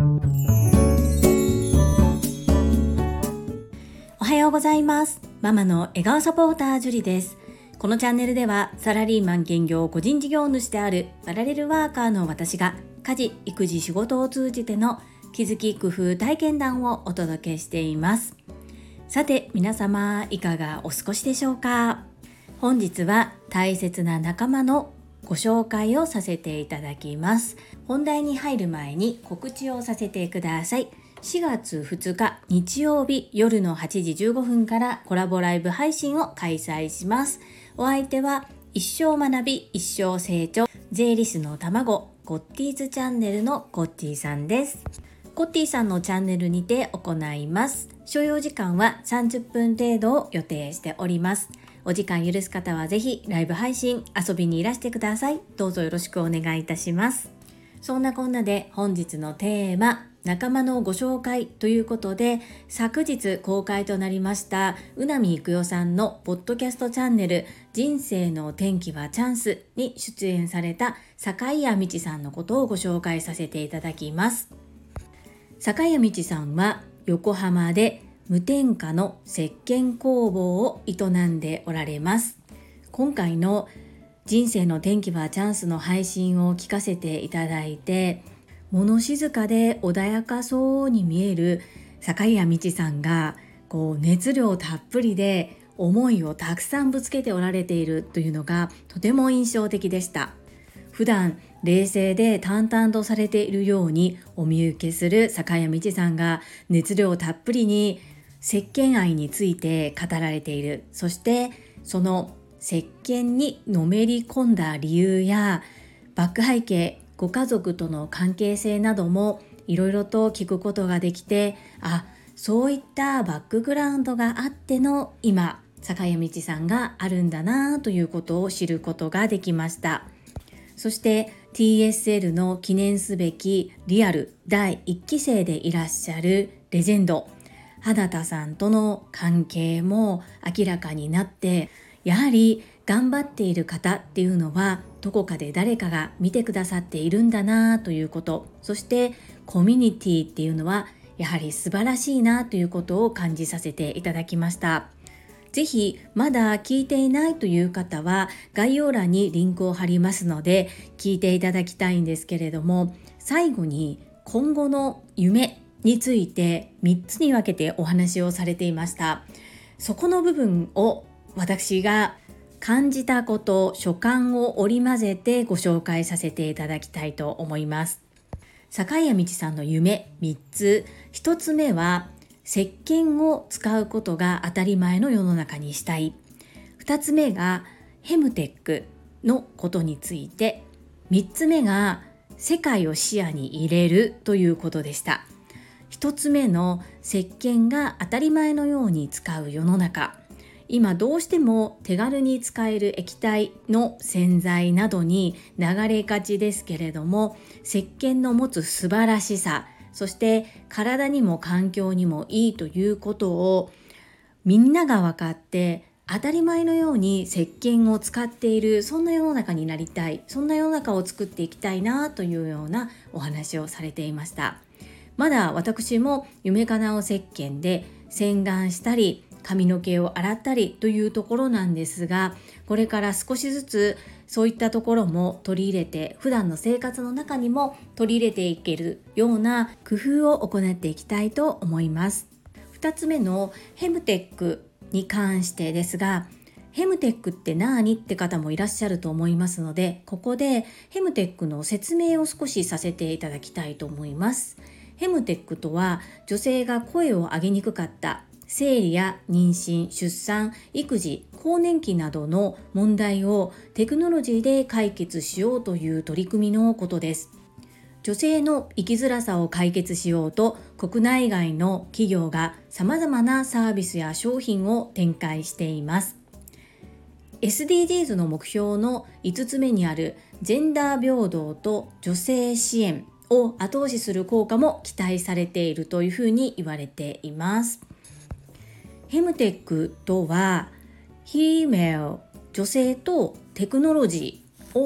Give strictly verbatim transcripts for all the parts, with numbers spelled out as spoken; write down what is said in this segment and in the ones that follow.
おはようございます。ママの笑顔サポータージュリです。このチャンネルではサラリーマン兼業個人事業主であるパラレルワーカーの私が家事・育児・仕事を通じての気づき・工夫・体験談をお届けしています。さて皆様いかがお過ごしでしょうか。本日は大切な仲間のご紹介をさせていただきます。本題に入る前に告知をさせてください。しがつふつか日曜日夜のはちじじゅうごふんからコラボライブ配信を開催します。お相手は一生学び一生成長税理士の卵ゴッティーズチャンネルのゴッティさんです。ゴッティさんのチャンネルにて行います。所要時間はさんじゅっぷん程度を予定しております。お時間許す方はぜひライブ配信遊びにいらしてください。どうぞよろしくお願いいたします。そんなこんなで本日のテーマ仲間のご紹介ということで、昨日公開となりました宇波育代さんのポッドキャストチャンネル人生の転機はチャンスに出演された坂井谷美智さんのことをご紹介させていただきます。坂井谷美智さんは横浜で無添加の石鹸工房を営んでおられます。今回の人生の転機はチャンスの配信を聞かせていただいて、物静かで穏やかそうに見える坂井谷美智さんがこう熱量たっぷりで思いをたくさんぶつけておられているというのがとても印象的でした。普段冷静で淡々とされているようにお見受けする坂井谷美智さんが熱量たっぷりに石鹸愛について語られている。そしてその石鹸にのめり込んだ理由やバック背景、ご家族との関係性などもいろいろと聞くことができて、あ、そういったバックグラウンドがあっての今坂井谷美智さんがあるんだなということを知ることができました。そして ティーエスエル の記念すべきリアルだいいっき生でいらっしゃるレジェンド花田さんとの関係も明らかになって、やはり頑張っている方っていうのはどこかで誰かが見てくださっているんだなということ、そしてコミュニティっていうのはやはり素晴らしいなということを感じさせていただきました。ぜひまだ聞いていないという方は概要欄にリンクを貼りますので聞いていただきたいんですけれども、最後に今後の夢についてみっつに分けてお話をされていました。そこの部分を私が感じたこと、所感を織り交ぜてご紹介させていただきたいと思います。坂井谷美智さんの夢みっつ。ひとつめは石鹸を使うことが当たり前の世の中にしたい。ふたつめがヘムテックのことについて。みっつめが世界を視野に入れるということでした。ひとつめの石鹸が当たり前のように使う世の中。今どうしても手軽に使える液体の洗剤などに流れがちですけれども、石鹸の持つ素晴らしさ、そして体にも環境にもいいということをみんなが分かって当たり前のように石鹸を使っている、そんな世の中になりたい、そんな世の中を作っていきたいなというようなお話をされていました。まだ私も夢かなお石鹸で洗顔したり髪の毛を洗ったりというところなんですが、これから少しずつそういったところも取り入れて普段の生活の中にも取り入れていけるような工夫を行っていきたいと思います。ふたつめのヘムテックに関してですが、ヘムテックって何って方もいらっしゃると思いますので、ここでヘムテックの説明を少しさせていただきたいと思います。ヘムテックとは女性が声を上げにくかった生理や妊娠、出産、育児、更年期などの問題をテクノロジーで解決しようという取り組みのことです。女性の生きづらさを解決しようと国内外の企業がさまざまなサービスや商品を展開しています。エスディージーズ の目標のいつつめにあるジェンダー平等と女性支援を後押しする効果も期待されているというふうに言われています。ヘムテックとは、ヒーメル、女性とテクノロジーを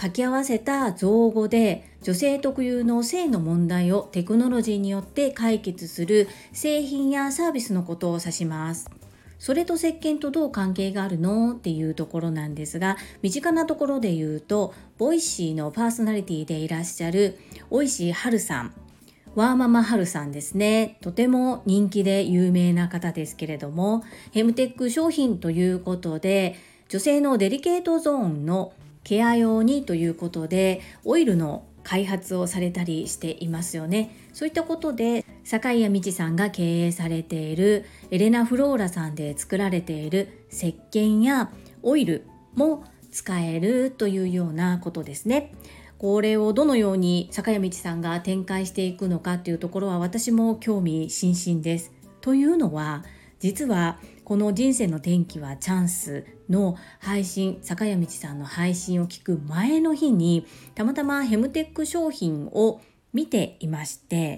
掛け合わせた造語で女性特有の性の問題をテクノロジーによって解決する製品やサービスのことを指します。それと石鹸とどう関係があるのっていうところなんですが、身近なところで言うと、ボイシーのパーソナリティでいらっしゃるおいしいはるさん、ワーママはるさんですね。とても人気で有名な方ですけれども、ヘムテック商品ということで、女性のデリケートゾーンのケア用にということで、オイルの開発をされたりしていますよね。そういったことで坂井谷美智さんが経営されているエレナフローラさんで作られている石鹸やオイルも使えるというようなことですね。これをどのように坂井谷美智さんが展開していくのかというところは私も興味津々です。というのは、実はこの人生の転機はチャンスの配信、坂谷美智さんの配信を聞く前の日にたまたまヘムテック商品を見ていまして、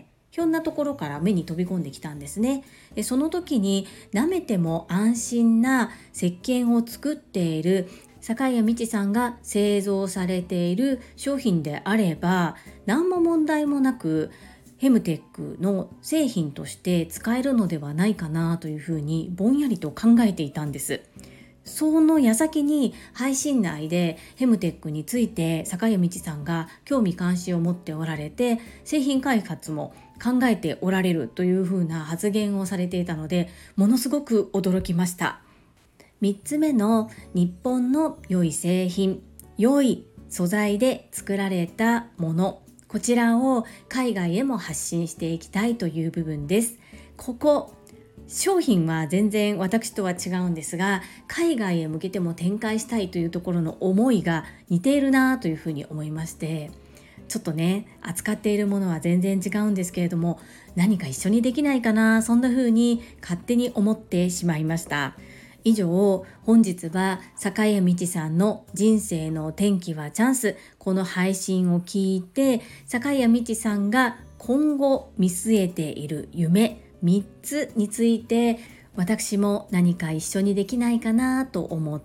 ひょんなところから目に飛び込んできたんですね。その時に舐めても安心な石鹸を作っている坂谷美智さんが製造されている商品であれば何も問題もなくヘムテックの製品として使えるのではないかなというふうにぼんやりと考えていたんです。その矢先に配信内でヘムテックについて坂谷美智さんが興味関心を持っておられて、製品開発も考えておられるというふうな発言をされていたので、ものすごく驚きました。みっつめの日本の良い製品、良い素材で作られたもの、こちらを海外へも発信していきたいという部分です。ここ商品は全然私とは違うんですが、海外へ向けても展開したいというところの思いが似ているなというふうに思いまして、ちょっとね、扱っているものは全然違うんですけれども、何か一緒にできないかな、そんな風に勝手に思ってしまいました。以上、本日は坂谷美智さんの人生の転機はチャンス、この配信を聞いて坂谷美智さんが今後見据えている夢みっつについて、私も何か一緒にできないかなと思った、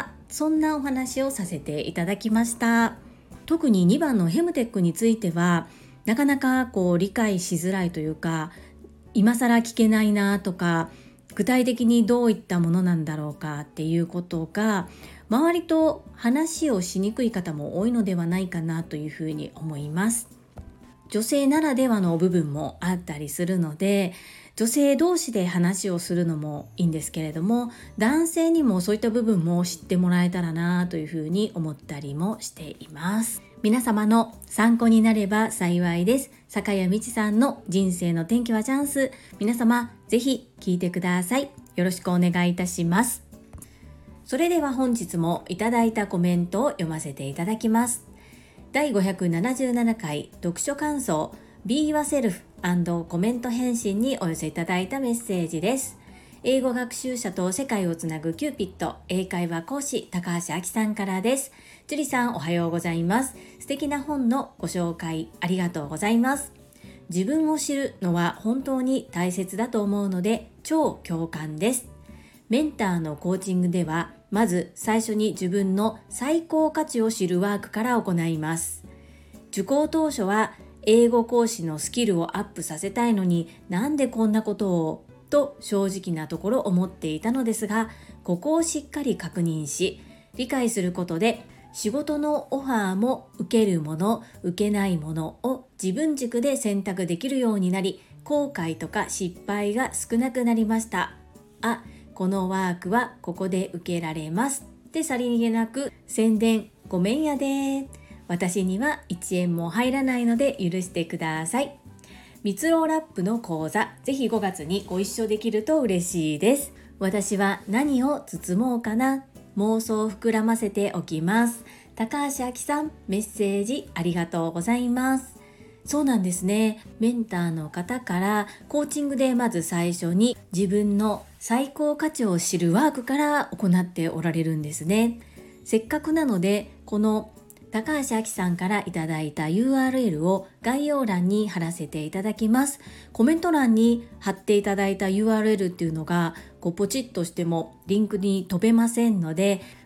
そんなお話をさせていただきました。特ににばんのヘムテックについてはなかなかこう理解しづらいというか、今更聞けないなとか、具体的にどういったものなんだろうかっていうことが周りと話をしにくい方も多いのではないかなというふうに思います。女性ならではの部分もあったりするので、女性同士で話をするのもいいんですけれども、男性にもそういった部分も知ってもらえたらなというふうに思ったりもしています。皆様の参考になれば幸いです。坂谷美智さんの人生の転機はチャンス、皆様ぜひ聞いてください。よろしくお願いいたします。それでは本日もいただいたコメントを読ませていただきます。だいごひゃくななじゅうななかい読書感想 Be Yourself& コメント返信にお寄せいただいたメッセージです。英語学習者と世界をつなぐキューピット英会話講師高橋明さんからです。ジュリさん、おはようございます。素敵な本のご紹介ありがとうございます。自分を知るのは本当に大切だと思うので超共感です。メンターのコーチングではまず最初に自分の最高価値を知るワークから行います。受講当初は英語講師のスキルをアップさせたいのになんでこんなことをと正直なところ思っていたのですが、ここをしっかり確認し理解することで仕事のオファーも受けるもの受けないものを自分軸で選択できるようになり、後悔とか失敗が少なくなりました。あ、このワークはここで受けられますってさりげなく宣伝ごめんやで。私にはいちえんも入らないので許してください。蜜ろラップの講座、ぜひごがつにご一緒できると嬉しいです。私は何を包もうかな、妄想を膨らませておきます。高橋明さん、メッセージありがとうございます。そうなんですね。メンターの方からコーチングでまず最初に自分の最高価値を知るワークから行っておられるんですね。せっかくなのでこの高橋明さんからいただいた ユーアールエル を概要欄に貼らせていただきます。コメント欄に貼っていただいた ユーアールエル っていうのがこうポチッとしてもリンクに飛べませんので、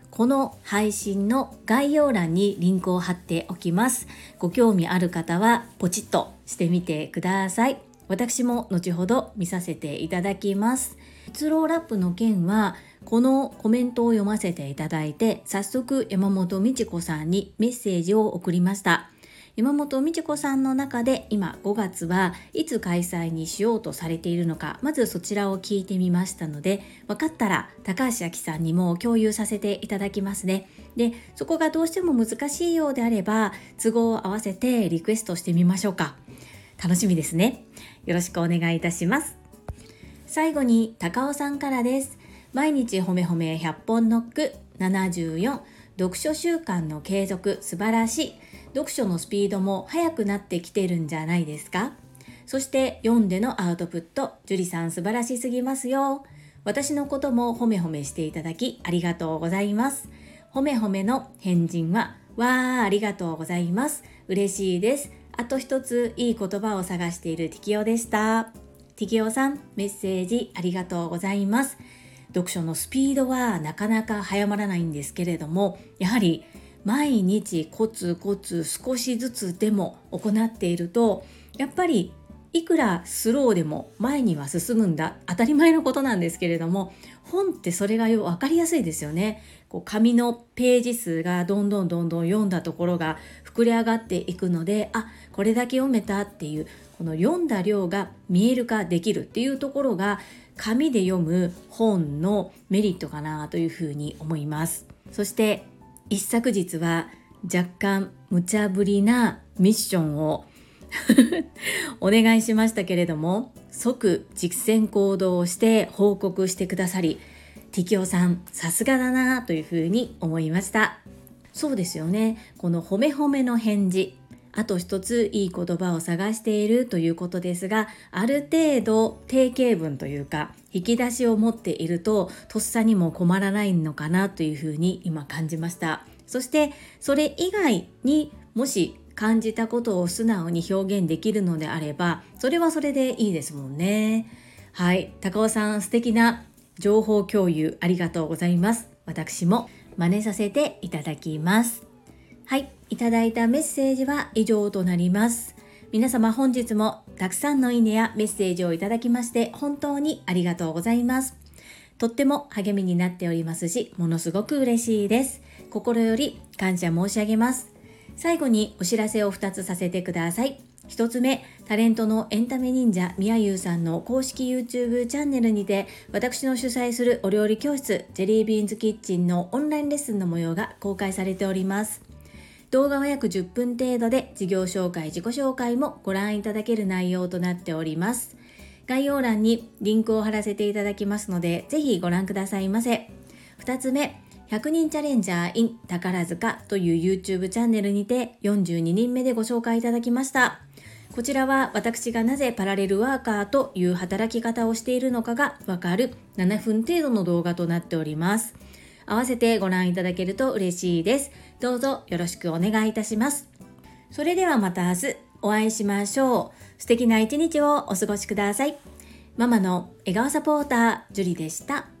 この配信の概要欄にリンクを貼っておきます。ご興味ある方はポチッとしてみてください。私も後ほど見させていただきます。蜜ろうラップの件はこのコメントを読ませていただいて、早速山本美智子さんにメッセージを送りました。山本美智子さんの中で今ごがつはいつ開催にしようとされているのか、まずそちらを聞いてみましたので、分かったら高橋明さんにも共有させていただきますね。で、そこがどうしても難しいようであれば都合を合わせてリクエストしてみましょうか。楽しみですね。よろしくお願いいたします。最後に高尾さんからです。毎日ほめほめひゃっぽんノックななじゅうよん、読書習慣の継続素晴らしい。読書のスピードも速くなってきてるんじゃないですか。そして読んでのアウトプット、樹里さん素晴らしすぎますよ。私のことも褒め褒めしていただきありがとうございます。褒め褒めの返信は、わーありがとうございます。嬉しいです。あと一ついい言葉を探しているティキオでした。ティキオさん、メッセージありがとうございます。読書のスピードはなかなか早まらないんですけれども、やはり毎日コツコツ少しずつでも行っていると、やっぱりいくらスローでも前には進むんだ、当たり前のことなんですけれども、本ってそれが分かりやすいですよね。こう紙のページ数がどんどんどんどん読んだところが膨れ上がっていくので、あ、これだけ読めたっていう、この読んだ量が見える化できるっていうところが紙で読む本のメリットかなというふうに思います。そして一昨日は若干無茶ぶりなミッションをお願いしましたけれども、即実践行動をして報告してくださり、ティキオさんさすがだなというふうに思いました。そうですよね。この褒め褒めの返事、あと一ついい言葉を探しているということですが、ある程度定型文というか引き出しを持っているととっさにも困らないのかなというふうに今感じました。そしてそれ以外にもし感じたことを素直に表現できるのであれば、それはそれでいいですもんね。はい、高尾さん素敵な情報共有ありがとうございます。私も真似させていただきます。はい、いただいたメッセージは以上となります。皆様本日もたくさんのいいねやメッセージをいただきまして本当にありがとうございます。とっても励みになっておりますし、ものすごく嬉しいです。心より感謝申し上げます。最後にお知らせをふたつさせてください。ひとつめ、タレントのエンタメ忍者みやゆうさんの公式 YouTube チャンネルにて、私の主催するお料理教室ジェリービーンズキッチンのオンラインレッスンの模様が公開されております。動画は約じゅっぷん程度で、事業紹介、自己紹介もご覧いただける内容となっております。概要欄にリンクを貼らせていただきますので、ぜひご覧くださいませ。ふたつめ、ひゃくにんチャレンジャー in 宝塚という YouTube チャンネルにてよんじゅうににんめでご紹介いただきました。こちらは私がなぜパラレルワーカーという働き方をしているのかがわかるななふん程度の動画となっております。合わせてご覧いただけると嬉しいです。どうぞよろしくお願いいたします。それではまた明日お会いしましょう。素敵な一日をお過ごしください。ママの笑顔サポーター、ジュリでした。